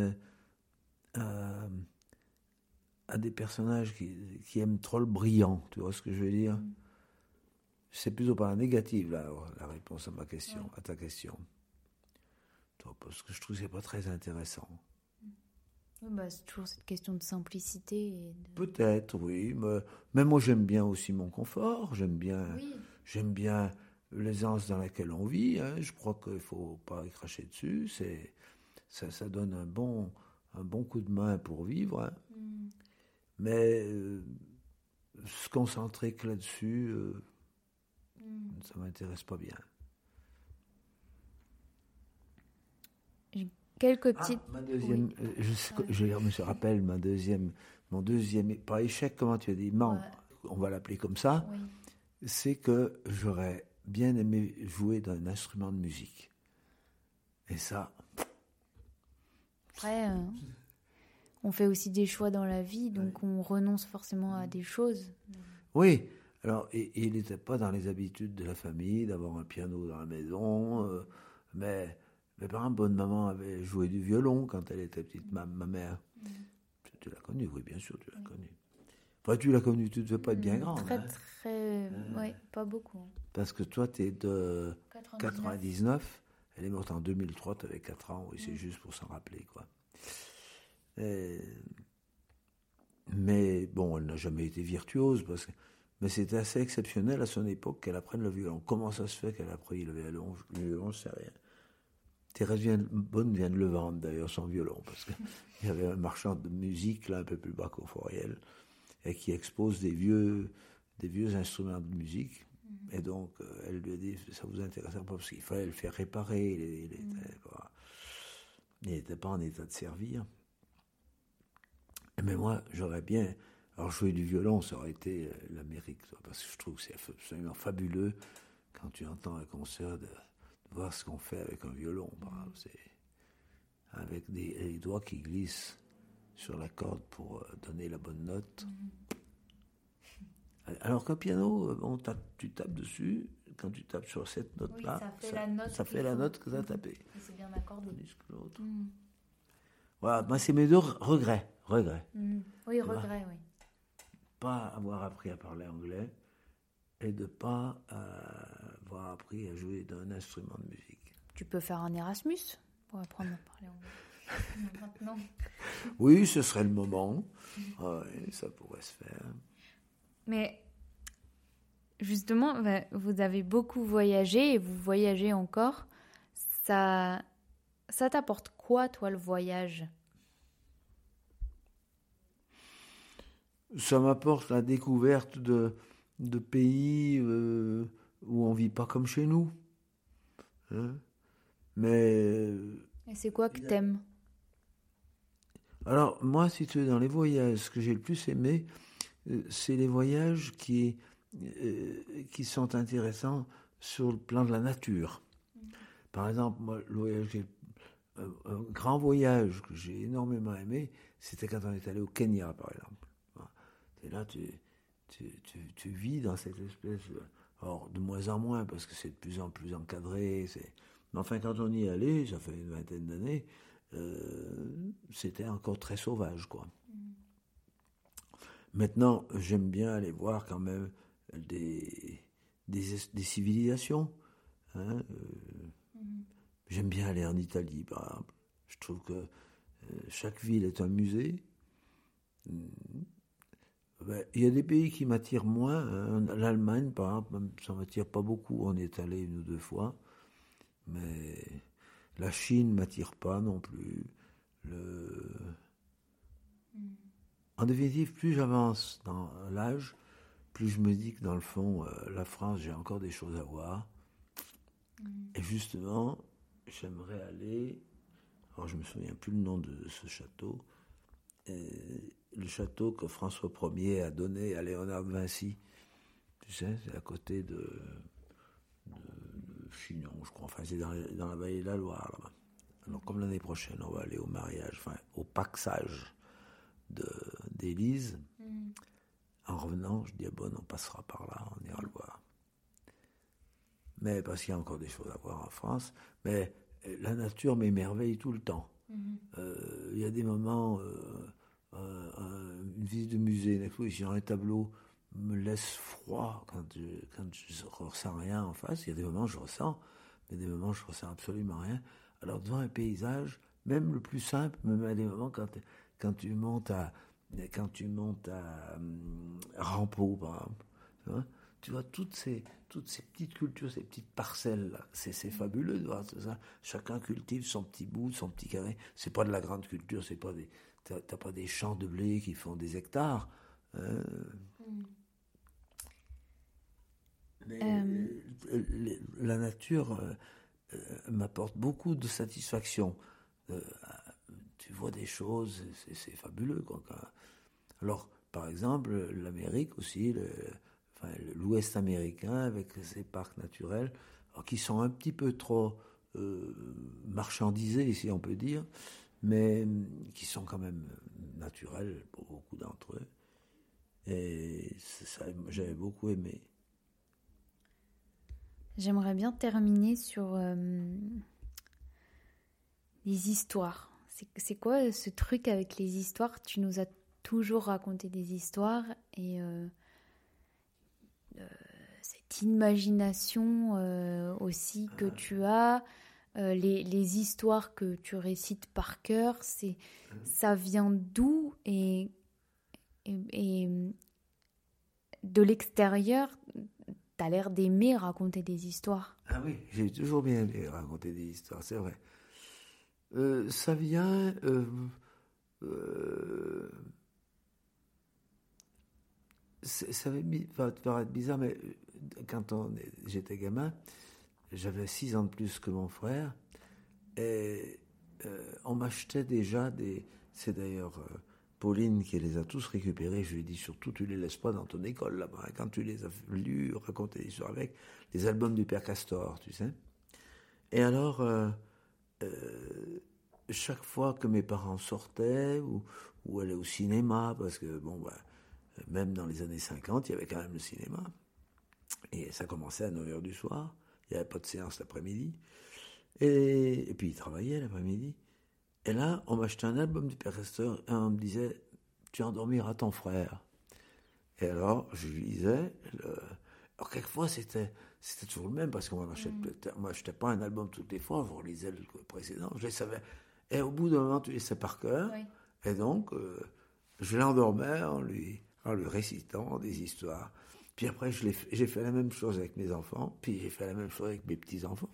B: à des personnages qui aiment trop le brillant, tu vois ce que je veux dire? C'est plutôt par la négative, là, la réponse à ma question, à ta question. Parce que je trouve que c'est pas très intéressant.
A: C'est toujours cette question de simplicité.
B: Peut-être, oui. Mais moi, j'aime bien aussi mon confort. J'aime bien l'aisance dans laquelle on vit. Hein. Je crois qu'il ne faut pas y cracher dessus. Ça donne un bon coup de main pour vivre. Hein. Mais se concentrer que là-dessus, ça ne m'intéresse pas bien.
A: Quelques petites...
B: ma deuxième, je me rappelle mon deuxième, pas échec, comment tu as dit, on va l'appeler comme ça, c'est que j'aurais bien aimé jouer d'un instrument de musique. Et ça...
A: Après, on fait aussi des choix dans la vie, donc on renonce forcément à des choses.
B: Oui, alors, il n'était pas dans les habitudes de la famille d'avoir un piano dans la maison, mais... Mes parents, bonne maman, avait joué du violon quand elle était petite, ma mère. Tu l'as connue, oui, bien sûr, tu l'as connue. Enfin, tu l'as connue, tu ne devais pas être bien grande.
A: Oui, pas beaucoup.
B: Parce que toi, tu es de 99, elle est morte en 2003, tu avais 4 ans, oui, c'est juste pour s'en rappeler, quoi. Mais bon, elle n'a jamais été virtuose, mais c'était assez exceptionnel à son époque qu'elle apprenne le violon. Comment ça se fait qu'elle a appris le violon, je ne sais rien. Thérèse Bonne vient de le vendre d'ailleurs, son violon, parce qu'il y avait un marchand de musique là un peu plus bas qu'au Foriel, et qui expose des vieux instruments de musique. Et donc elle lui a dit, ça vous intéresse pas, parce qu'il fallait le faire réparer, il n'était pas en état de servir. Mais moi, j'aurais bien, alors jouer du violon, ça aurait été l'Amérique, parce que je trouve que c'est absolument fabuleux quand tu entends un concert de voir ce qu'on fait avec un violon, c'est avec les doigts qui glissent sur la corde pour donner la bonne note. Alors qu'un piano, tu tapes dessus, quand tu tapes sur cette note-là, ça fait la note que tu as tapée.
A: C'est bien accordé.
B: L'autre. Voilà, moi c'est mes 2 regrets.
A: Oui, regrets, oui.
B: Pas avoir appris à parler anglais et de ne pas avoir appris à jouer d'un instrument de musique.
A: Tu peux faire un Erasmus pour apprendre à parler anglais. Maintenant.
B: Oui, ce serait le moment. Oui, ça pourrait se faire.
A: Mais justement, vous avez beaucoup voyagé et vous voyagez encore. Ça t'apporte quoi, toi, le voyage ?
B: Ça m'apporte la découverte de pays où on vit pas comme chez nous. Hein. Mais...
A: Et c'est quoi que t'aimes?
B: Alors, moi, si tu veux, dans les voyages, ce que j'ai le plus aimé, c'est les voyages qui sont intéressants sur le plan de la nature. Par exemple, moi, un grand voyage que j'ai énormément aimé, c'était quand on est allé au Kenya, par exemple. Et là, tu vis dans cette espèce... Alors, de moins en moins, parce que c'est de plus en plus encadré. Mais enfin, quand on y est allé, ça fait une vingtaine d'années, c'était encore très sauvage, quoi. Maintenant, j'aime bien aller voir quand même des civilisations. Hein, j'aime bien aller en Italie, par exemple. Je trouve que chaque ville est un musée. Il y a des pays qui m'attirent moins. Hein. L'Allemagne, par exemple, ça ne m'attire pas beaucoup. On est allé 1 ou 2 fois. Mais la Chine ne m'attire pas non plus. En définitive, plus j'avance dans l'âge, plus je me dis que dans le fond, la France, j'ai encore des choses à voir. Et justement, j'aimerais aller... Alors, je ne me souviens plus le nom de ce château. Le château que François Ier a donné à Léonard de Vinci. Tu sais, c'est à côté de Chinon, je crois. Enfin, c'est dans la vallée de la Loire, là-bas. Alors, comme l'année prochaine, on va aller au mariage, enfin, au paxage d'Élise. En revenant, je dis, on passera par là, on ira le voir. Mais parce qu'il y a encore des choses à voir en France. Mais la nature m'émerveille tout le temps. Il y a des moments, une visite de musée, une exposition, un tableau me laisse froid quand je ressens rien en face. Il y a des moments où je ressens, mais des moments où je ressens absolument rien. Alors devant un paysage, même le plus simple, même à des moments quand tu montes à Rampeau, par exemple, tu vois toutes ces petites cultures, ces petites parcelles là, c'est fabuleux de voir tout ça. Chacun cultive son petit bout, son petit carré. C'est pas de la grande culture, c'est pas t'as pas des champs de blé qui font des hectares. Mais la nature m'apporte beaucoup de satisfaction. Tu vois des choses, c'est fabuleux, quoi. Alors, par exemple, l'Amérique aussi, l'Ouest américain, avec ses parcs naturels, qui sont un petit peu trop marchandisés, si on peut dire, mais qui sont quand même naturels pour beaucoup d'entre eux. Et ça, j'avais beaucoup aimé.
A: J'aimerais bien terminer sur les histoires. C'est quoi ce truc avec les histoires? Tu nous as toujours raconté des histoires et cette imagination aussi que tu as, les histoires que tu récites par cœur, ça vient d'où et de l'extérieur, t'as l'air d'aimer raconter des histoires.
B: Ah oui, j'ai toujours bien aimé raconter des histoires, c'est vrai. Ça vient... ça va te paraître bizarre, mais quand j'étais gamin, j'avais 6 ans de plus que mon frère, et on m'achetait déjà c'est d'ailleurs Pauline qui les a tous récupérés. Je lui ai dit, surtout, tu les laisses pas dans ton école là-bas. Quand tu les as lus, raconter des histoires avec, les albums du Père Castor, tu sais. Et alors, chaque fois que mes parents sortaient ou allaient au cinéma, parce que, même dans les années 50, il y avait quand même le cinéma. Et ça commençait à 9h du soir. Il n'y avait pas de séance l'après-midi. Et puis, ils travaillaient l'après-midi. Et là, on m'achetait un album du Père Castor et on me disait, tu endormiras ton frère. Et alors, je lisais. Alors, quelquefois, c'était toujours le même, parce qu'on m'achetait pas un album toutes les fois, je relisais le précédent, je les savais. Et au bout d'un moment, tu les sais par cœur. Oui. Et donc, je l'endormais en lui récitant des histoires. Puis après, j'ai fait la même chose avec mes enfants, puis j'ai fait la même chose avec mes petits-enfants.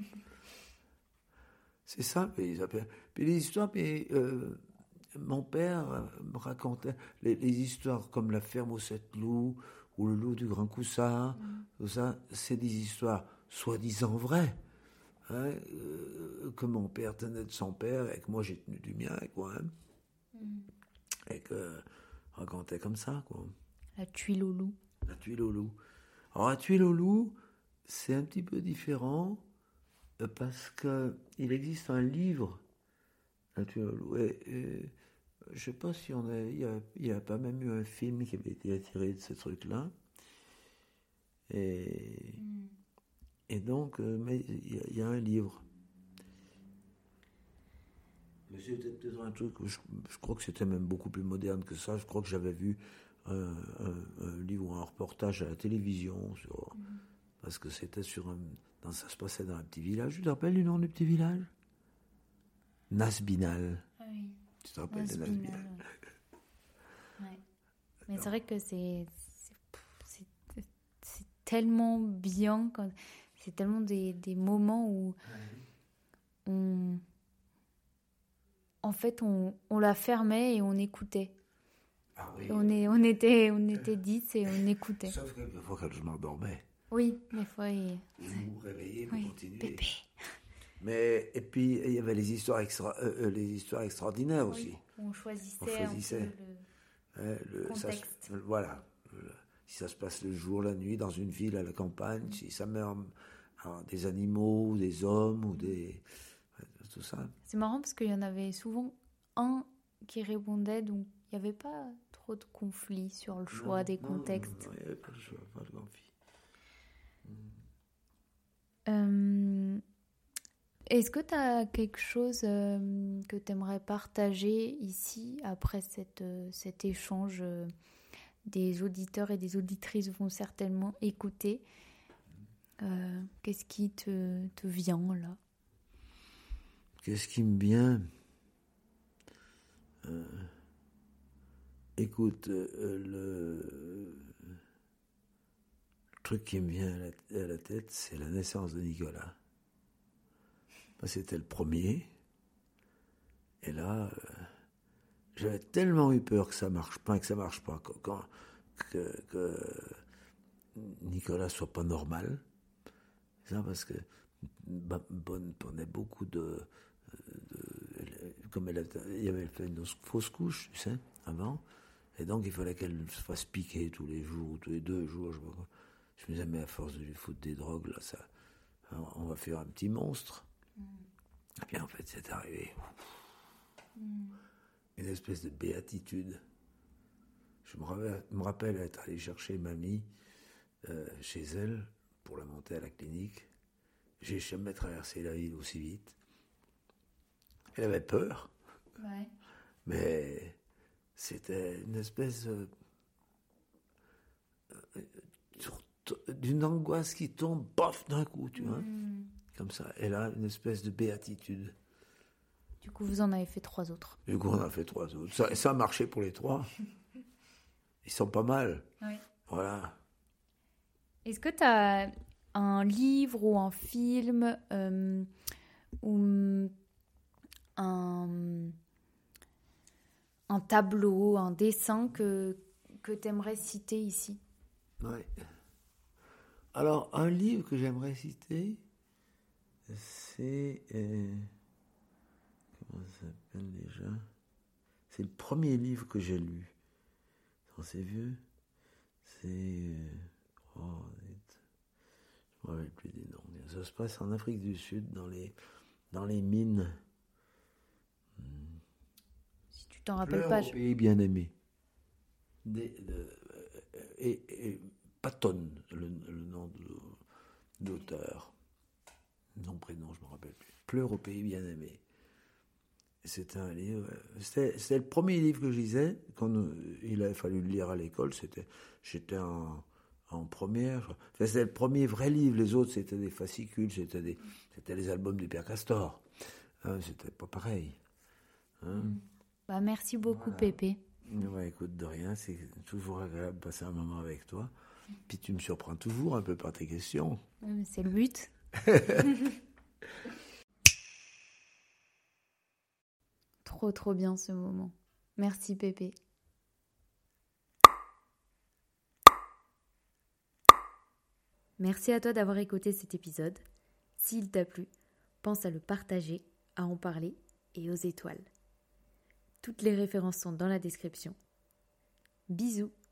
B: C'est ça, puis les histoires, mon père me racontait les histoires comme La ferme aux 7 loups, ou Le loup du Grand Coussard, tout ça, c'est des histoires soi-disant vraies. Hein, que mon père tenait de son père et que moi j'ai tenu du mien, quoi. Hein, et que racontait comme ça, quoi.
A: La tuile au loup.
B: La tuile au loup. Alors la tuile au loup, c'est un petit peu différent parce que il existe un livre, la tuile au loup. Et je ne sais pas si il y a pas même eu un film qui avait été tiré de ce truc-là. Et donc, mais il y a un livre. Mais c'était peut-être un truc, je crois que c'était même beaucoup plus moderne que ça. Je crois que j'avais vu un livre ou un reportage à la télévision, parce que c'était ça se passait dans un petit village. Tu te rappelles du nom du petit village? Nasbinal.
A: Ah oui.
B: Tu te rappelles de Nasbinal?
A: Ouais. Mais c'est vrai que c'est tellement bien, c'est tellement des moments où en fait on la fermait et on écoutait.
B: Ah oui.
A: On était 10 et on écoutait.
B: Sauf que des fois quand je m'endormais.
A: Oui, des fois.
B: Vous vous réveillez, vous continuez.
A: Pépé.
B: Mais et puis il y avait les histoires extraordinaires aussi.
A: On choisissait un peu le contexte.
B: Voilà. Si ça se passe le jour, la nuit, dans une ville, à la campagne, si ça meurt des animaux, ou des hommes, ou tout ça.
A: C'est marrant parce qu'il y en avait souvent un qui répondait, donc il n'y avait pas trop de conflits sur le choix des contextes.
B: Non, il n'y avait pas de choix, pas de conflit.
A: Est-ce que tu as quelque chose que tu aimerais partager ici après cet échange des auditeurs et des auditrices vont certainement écouter. Qu'est-ce qui te vient là?
B: Qu'est-ce qui me vient? Écoute, le truc qui me vient à la tête, c'est la naissance de Nicolas. C'était le premier. Et là, j'avais tellement eu peur que ça marche pas, que Nicolas soit pas normal. C'est ça parce que Bonne prenait beaucoup comme elle avait fait une fausse couche, tu sais, avant. Et donc, il fallait qu'elle se fasse piquer tous les jours, ou tous les 2 jours, je sais pas quoi. Je me disais, mais à force de lui foutre des drogues, là, on va faire un petit monstre. Et puis, en fait, c'est arrivé. Une espèce de béatitude. Je me rappelle être allé chercher mamie chez elle pour la monter à la clinique. J'ai jamais traversé la ville aussi vite. Elle avait peur.
A: Ouais.
B: Mais c'était une espèce d'une angoisse qui tombe, bof, d'un coup, tu vois. Comme ça. Elle a une espèce de béatitude.
A: Du coup, vous en avez fait 3 autres.
B: Du coup, on a fait 3 autres. Ça a marché pour les 3. Ils sont pas mal.
A: Oui.
B: Voilà.
A: Est-ce que tu as un livre ou un film ou un tableau, un dessin que tu aimerais citer ici?
B: Oui. Alors, un livre que j'aimerais citer, c'est... comment ça s'appelle déjà? C'est le premier livre que j'ai lu. C'est vieux. C'est... je ne me rappelle plus des noms. Ça se passe en Afrique du Sud, dans les mines.
A: Si tu t'en rappelles pas...
B: Pays bien aimé. Et Patton, le nom de l'auteur. Nom, prénom, je ne me rappelle plus. Pleure au pays bien aimé. C'était un livre. C'était le premier livre que je lisais. Quand il a fallu le lire à l'école, j'étais en première. Enfin, c'était le premier vrai livre. Les autres, c'était des fascicules, c'était les albums de Pierre Castor. Hein, c'était pas pareil. Hein.
A: Bah, merci beaucoup, voilà. Pépé.
B: Ouais, écoute, de rien. C'est toujours agréable de passer un moment avec toi. Puis tu me surprends toujours un peu par tes questions.
A: C'est le but. Trop bien ce moment. Merci Pépé. Merci à toi d'avoir écouté cet épisode. S'il t'a plu, pense à le partager, à en parler et aux étoiles. Toutes les références sont dans la description. Bisous.